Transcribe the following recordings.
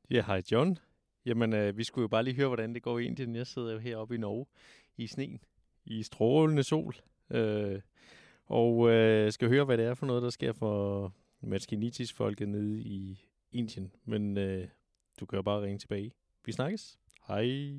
Ja, hej John. Jamen, vi skulle jo bare lige høre, hvordan det går i Indien. Jeg sidder jo heroppe i Norge i sneen, i strålende sol, og skal høre, hvad det er for noget, der sker for Maskinitis-folket nede i Indien. Men du kan jo bare ringe tilbage. Vi snakkes. Hej.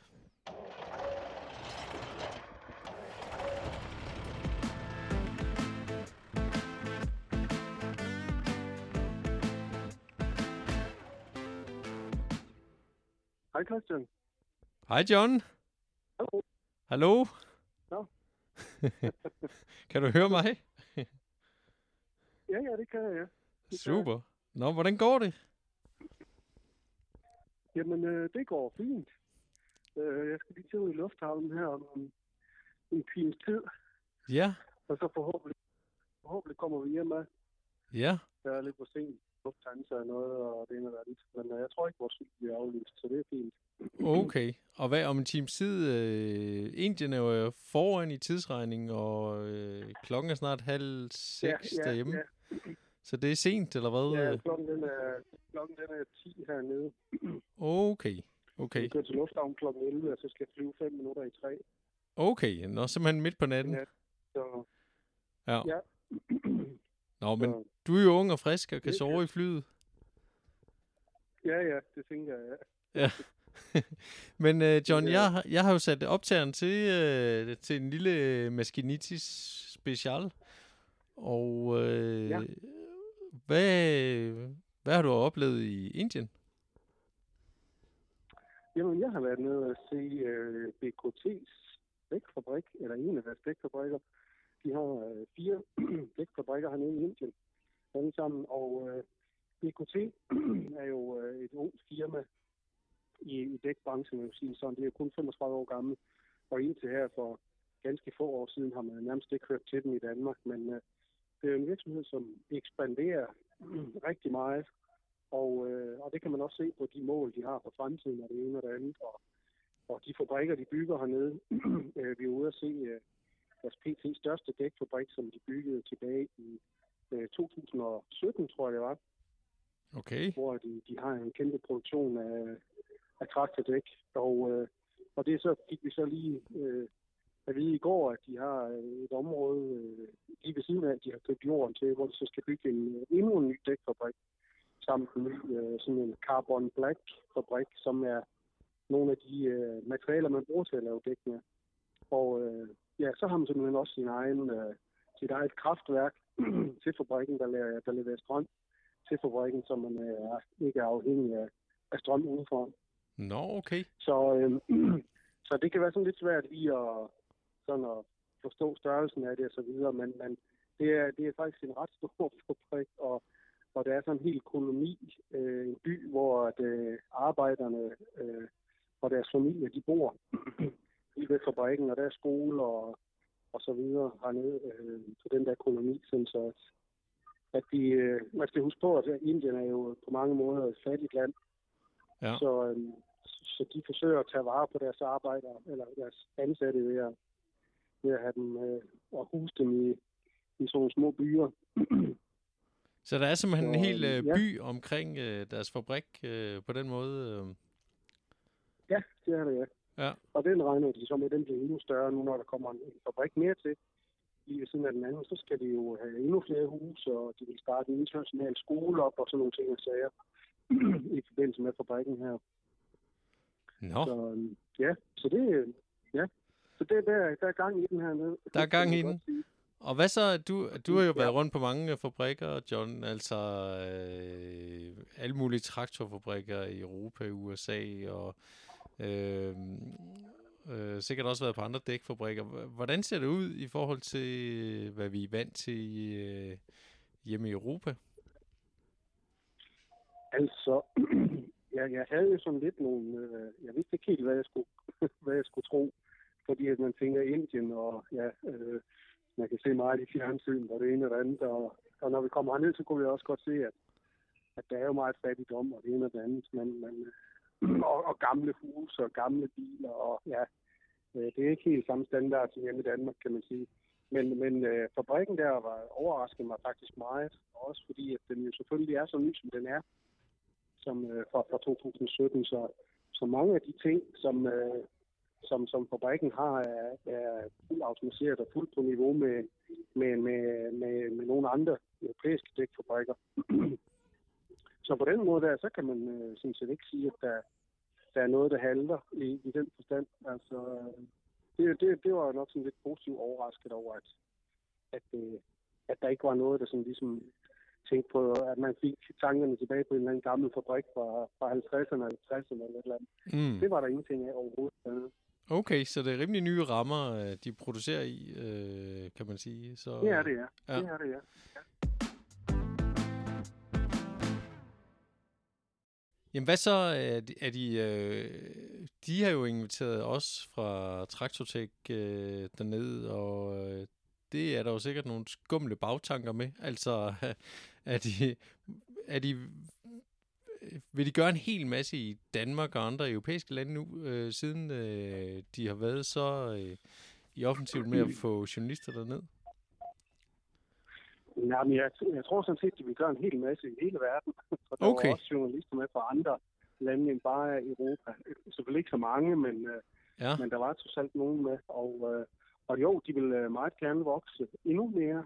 Hej Christian. Hej John. Hallo. Hallo. Nå. Kan du høre mig? Ja, det kan jeg. Super. Nå, hvordan går det? Jamen, det går fint. Jeg skal lige til ud i lufthavnen her om en times tid, Ja. og så forhåbentlig kommer vi hjem af. Ja. Der er lidt for sent lufthansa og noget, og det ene og det andet. Men jeg tror ikke, vores fly bliver aflyst, så det er fint. Okay. Og hvad om en times tid? Indien er jo foran i tidsregningen, og klokken er snart 5:30 derhjemme. Ja. Så det er sent, eller hvad? Ja, klokken den er 10 hernede. Okay. Vi kører til lufthavnen klokken 11, og så skal jeg flyve 5 minutter i 3. Okay, nå, simpelthen midt på natten. Så, ja. Nå, men så, du er jo ung og frisk og kan sove i flyet. Ja, det tænker jeg. Ja. Men John, jeg har jo sat optageren til en lille Maskinitis special. Og hvad har du oplevet i Indien? Jamen, jeg har været nede og se BKT's dækfabrik, eller en af deres dækfabrikker. De har 4 dækfabrikker hernede i Indien, alle sammen. Og BKT er jo et ungt firma i dækbranchen, jeg vil sige sådan. Det er kun 35 år gammel, og indtil her for ganske få år siden har man nærmest ikke hørt til dem i Danmark. Men det er en virksomhed, som ekspanderer rigtig meget. Og det kan man også se på de mål, de har for fremtiden, og det ene og det andet. Og de fabrikker, de bygger hernede, vi er ude at se deres PT største dækfabrik, som de byggede tilbage i 2017, tror jeg det var. Okay. Hvor de har en kæmpe produktion af traktordæk. Og det så fik vi så lige at vide i går, at de har et område lige ved siden af, at de har købt jorden til, hvor de så skal bygge endnu en ny dækfabrik. Sammen med sådan en carbon black fabrik, som er nogle af de materialer, man bruger til at lave dæk med. Og så har man simpelthen også sit eget kraftværk til fabrikken, der leverer strøm til fabrikken, så man ikke er afhængig af strøm udenfor. Nå, okay. Så det kan være sådan lidt svært lige at forstå størrelsen af det og så videre, men det er faktisk en ret stor fabrik, og der er sådan en hel koloni, en by, hvor arbejderne og deres familie, de bor lige ved fabrikken, og der er skole og så videre hernede på den der koloni, så at man skal huske på, at Indien er jo på mange måder et fattigt land, så de forsøger at tage vare på deres arbejdere, eller deres ansatte ved at have dem og huse dem i sådan nogle små byer. Så der er simpelthen en hel by omkring deres fabrik på den måde? Ja, det er det, ja. Og den regner de så med, den bliver endnu større nu, når der kommer en fabrik mere til. Lige ved siden af den anden, så skal de jo have endnu flere huse, og de vil starte en international skole op og sådan nogle ting og sager i forbindelse med fabrikken her. Nå. Så det, så det der er gang i den her nede. Der er gang i den. Og hvad så? Du har jo været rundt på mange fabrikker, John, altså alle mulige traktorfabrikker i Europa, USA, og sikkert også været på andre dækfabrikker. Hvordan ser det ud i forhold til, hvad vi er vant til hjemme i Europa? Altså, jeg havde jo sådan lidt nogle... jeg vidste ikke helt, hvad jeg skulle tro, fordi at man tænker Indien, og man kan se meget i fjernsyn, og det ene og det andet, og når vi kommer herned, så kunne vi også godt se, at der er jo meget fattigdom, og det ene og det andet, og gamle huse og gamle biler, og det er ikke helt samme standard som hjemme i Danmark, kan man sige. Men fabrikken der overraskede mig faktisk meget, også fordi at den jo selvfølgelig er så ny, som den er. fra 2017. Så mange af de ting, som fabrikken har, er fuldt automatiseret og fuldt på niveau med nogle andre europæiske dækfabrikker. Så på den måde der, så kan man sådan set ikke sige, at der er noget, der halter i den forstand. Altså, det var nok sådan lidt positivt overrasket over, at der ikke var noget, der sådan ligesom tænkte på, at man fik tankerne tilbage på en eller anden gammel fabrik fra 50'erne eller 60'erne eller et eller andet. Det var der ingenting af overhovedet. Okay, så det er rimelig nye rammer, de producerer i, kan man sige. Så, det er det, ja. Det er det, ja. Jamen hvad så er de har jo inviteret os fra Traktortek dernede, og det er der jo sikkert nogle skumle bagtanker med. Altså vil de gøre en hel masse i Danmark og andre europæiske lande nu, siden de har været så i offensivt med at få journalister derned? Nej, men jeg tror sådan set, at de vil gøre en hel masse i hele verden. For der var også journalister med fra andre lande end bare Europa. Selvfølgelig ikke så mange, men der var trods alt nogen med. Og jo, de vil meget gerne vokse endnu mere.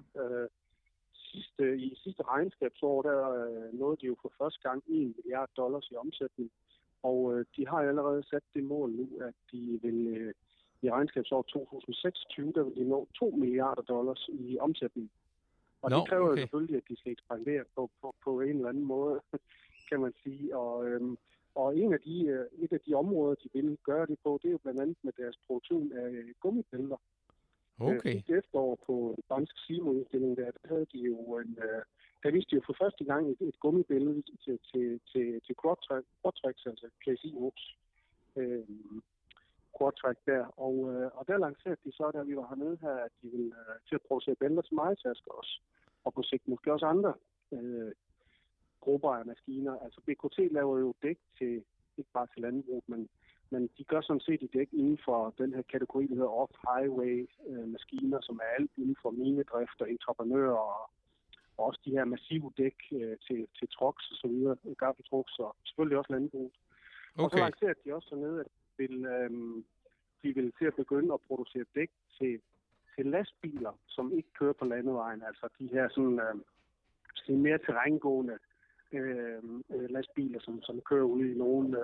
I sidste regnskabsår, der nåede de jo for første gang $1 milliard i omsætning. Og de har allerede sat det mål nu, at de vil i regnskabsår 2026, der vil de nå $2 milliarder i omsætning. Og det kræver jo selvfølgelig, at de skal ekspandere på en eller anden måde, kan man sige. Og et af de områder, de vil gøre det på, det er jo blandt andet med deres produktion af gummibælter. Okay. Efterår på en dansk SIMO-indstilling, der havde de jo der viste de jo for første gang et gummibælte til Quadtrax, altså KSI-Hooks Quadtrack der. Og der lancerede de så, da vi var hernede her, at de ville til at producere bælter til majtasker også. Og på sigt måske også andre grupper af maskiner. Altså BKT laver jo dæk til, ikke bare til landbrug, men de gør sådan set et dæk inden for den her kategori, der hedder off-highway maskiner, som er alt inden for minedrift og entreprenører, og også de her massive dæk til trucks og så videre, gaffeltrucks og selvfølgelig også landbrug. Okay. Og så lancerede de også sådan at de vil til at begynde at producere dæk til lastbiler, som ikke kører på landevejen. Altså de her sådan mere terrængående lastbiler, som kører ude i nogle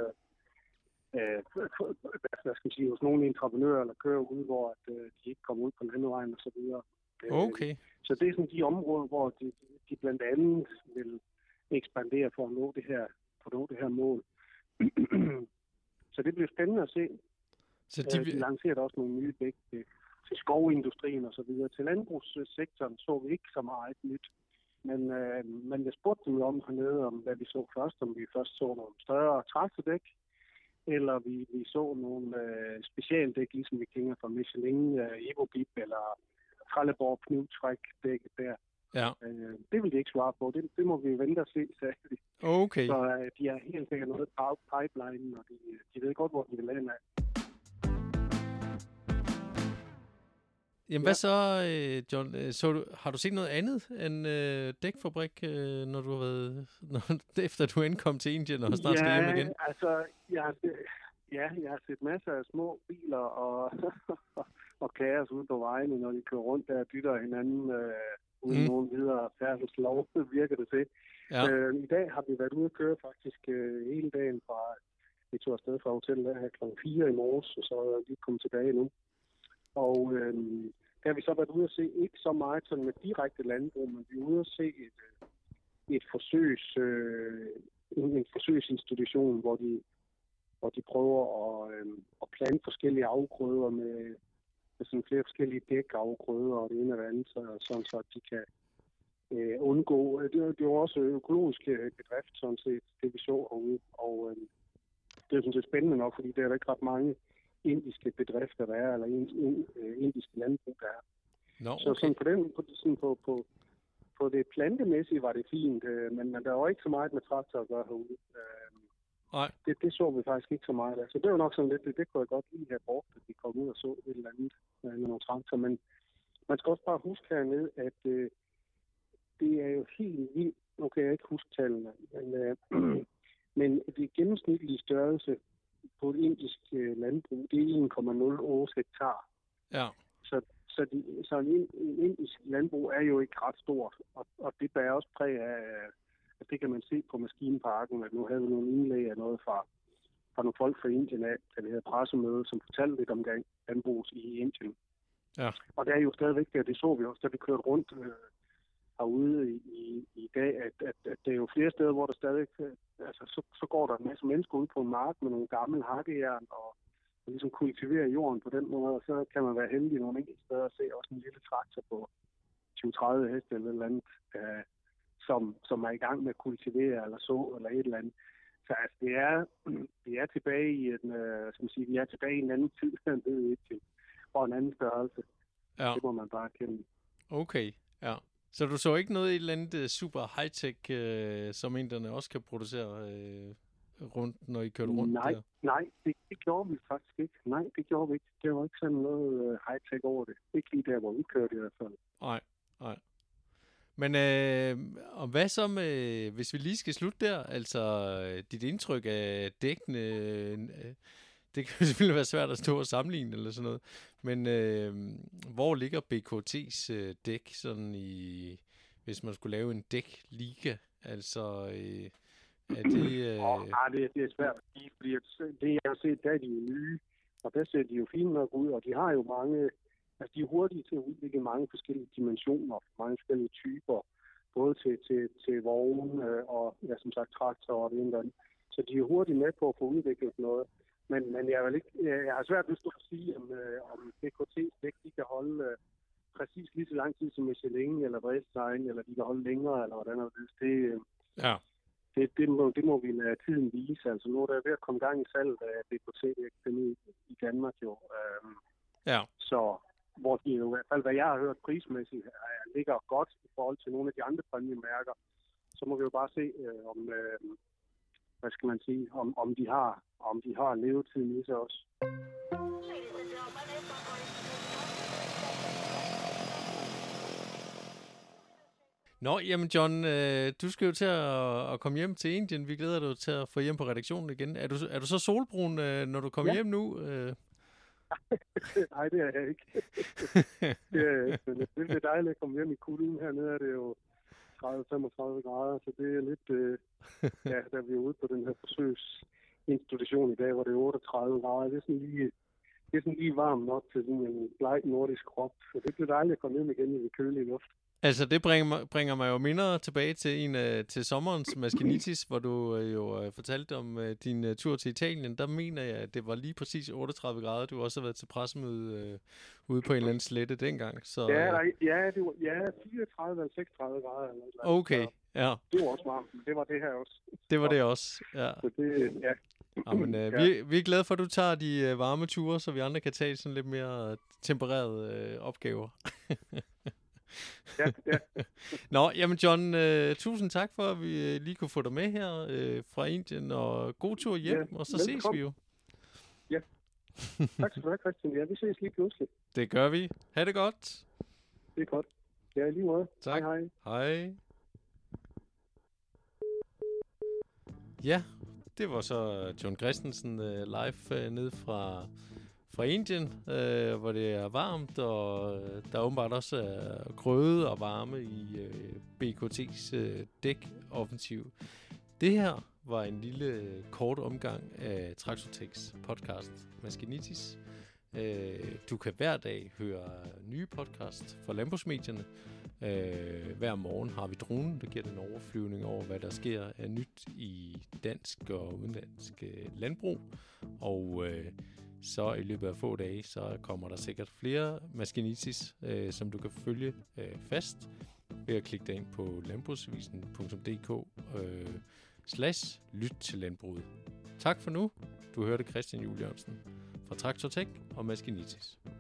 hos nogle entreprenører, eller kører ude, hvor de ikke kommer ud på landevejen og så videre. Okay. Så det er sådan de områder, hvor de blandt andet vil ekspandere for at nå det her mål. Så det bliver spændende at se. Så de lancerede også nogle nye dæk til skovindustrien og så videre. Til landbrugssektoren så vi ikke så meget nyt. Men jeg spurgte dem om hernede, om hvad vi så først, om vi først så nogle større traktordæk, eller vi så nogle specialdæk, ligesom vi kender fra Michelin, Evobip eller Trelleborg Knivtræk-dækket der. Ja. Det vil de ikke svare på. Det må vi vente og se, sagde de. Okay. Så de er helt sikkert noget på pipeline, og de ved godt, hvor de vil lande af. Jamen hvad så, John? Har du set noget andet end dækfabrik, når du har været, efter du ankom til Indien og snart skal hjem igen? Altså, jeg har set masser af små biler og kaos ude på vejene, når de kører rundt der og dytter hinanden uden nogen videre færdselslov, virker det til. Ja. I dag har vi været ude at køre faktisk hele dagen vi tog afsted fra hotellet her kl. 4 i morges, og så er vi kommet tilbage nu. Og der har vi så været ude at se ikke så meget sådan med direkte landbrug, men vi er ude at se en forsøgsinstitution, hvor de prøver at plante forskellige afgrøder med sådan flere forskellige dækafgrøder og det ene og det andet, sådan så de kan undgå. Det er jo også økologisk bedrift, sådan set, det vi så herude. Og det er sådan set spændende nok, fordi der er ikke ret mange indiske bedrifter, der er, eller indiske landbrug, der er. No, okay. Så sådan på det plantemæssige var det fint, men der var ikke så meget med traktor at gøre herude. Nej. Det så vi faktisk ikke så meget af. Så det var nok sådan lidt, det kunne jeg godt lige have brugt, at vi kom ud og så et eller andet med nogle traktor. Men man skal også bare huske hernede, at det er jo helt vildt. Nu kan jeg ikke huske tallene, men gennemsnitlige størrelse på et indisk landbrug, det er 1,08 hektar. Ja. Så en indisk landbrug er jo ikke ret stort, og det bærer også præg af, at det kan man se på maskinparken, at nu havde vi nogle indlæg af noget fra nogle folk fra Indien af, der havde pressemøde, som fortalte lidt omkring landbrug i Indien. Ja. Og der er jo stadigvæk der, det så vi også, da vi kørte rundt herude i dag, at der er jo flere steder, hvor der stadig, altså så går der en masse mennesker ud på en mark med nogle gamle hakkejern og ligesom kultivere jorden på den måde, og så kan man være heldig nogle enkelte steder og se også en lille traktor på 20-30 heste eller et eller andet, som er i gang med at kultivere eller så eller et eller andet. Så altså, vi er tilbage i vi er tilbage i en anden tid, og en anden størrelse. Ja. Det må man bare kende. Okay, ja. Så du så ikke noget i et eller andet super high-tech, som inderne også kan producere rundt, når I kørte rundt der? Nej, det gjorde vi faktisk ikke. Nej, det gjorde vi ikke. Det var ikke sådan noget high-tech over det. Ikke lige der, hvor vi kørte i hvert fald. Nej. Men og hvad så med, hvis vi lige skal slutte der, altså dit indtryk af dækkene, det kan selvfølgelig være svært at stå og sammenligne eller sådan noget, men hvor ligger BKT's dæk sådan i, hvis man skulle lave en dækliga, altså er det... det er svært at sige, fordi det jeg har set, der er de jo nye, og der ser de jo fint nok ud, og de har jo mange, altså de er hurtige til at udvikle mange forskellige dimensioner, mange forskellige typer, både til vogne og ja, som sagt traktorer og det ene eller andet. Så de er hurtigt med på at få udviklet noget. Men jeg har svært lyst til at sige, om BKT's dæk, de kan holde præcis lige så lang tid som Michelin eller Dresden, eller de kan holde længere, eller hvordan det må vi lade tiden vise. Altså nu er der ved at komme gang i salget af BKT-dæk i Danmark jo. Så hvor de jo i hvert fald, hvad jeg har hørt prismæssigt, ligger godt i forhold til nogle af de andre præmiemærker. Så må vi jo bare se, hvad skal man sige, om de har levetiden i sig også. Nå, jamen John, du skal jo til at komme hjem til Indien. Vi glæder dig til at få hjem på redaktionen igen. Er du så solbrun, når du kommer hjem nu? Nej, det er jeg ikke. Det er dejligt at komme hjem i kulden. Hernede er det jo 30-35 grader, så det er lidt... der er vi ude på den her forsøgsinstitution i dag, hvor det er 38 grader. Det er sådan lige varmt nok til sådan en bleg nordisk krop. Så det bliver dejligt at komme hjem igen i det kølige luft. Altså, det bringer mig jo mindre tilbage til sommerens Maskinitis, hvor du jo fortalte om din tur til Italien. Der mener jeg, at det var lige præcis 38 grader. Du har også været til pressemøde ude på en eller anden slette dengang. Så, det var 34 eller 36 grader. Eller okay, ja. Det var også varmt, men det var det her også. Det var det også, ja. Så det, ja. Jamen, vi er glade for, at du tager de varme ture, så vi andre kan tage sådan lidt mere tempererede opgaver. Ja. Nå, jamen John, tusind tak for, at vi lige kunne få dig med her fra Indien, og god tur hjem, og så ses vi jo. Ja, tak skal du have, Christian. Ja, vi ses lige pludselig. Det gør vi. Ha' det godt. Det er godt. Ja, lige måde. Tak. Hej. Ja, det var så John Christensen live ned fra Indien, hvor det er varmt, og der åbenbart også er grøde og varme i BKT's dækoffensiv. Det her var en lille kort omgang af Traktorteks podcast Maskinitis. Du kan hver dag høre nye podcast fra landbrugsmedierne. Hver morgen har vi dronen, der giver den overflyvning over, hvad der sker af nyt i dansk og udenlandsk landbrug. Og så i løbet af få dage, så kommer der sikkert flere Maskinitis, som du kan følge fast ved at klikke dig ind på landbrugsavisen.dk/lyt til landbruget. Tak for nu. Du hørte Christian Juhl Jørgensen fra Traktortek og Maskinitis.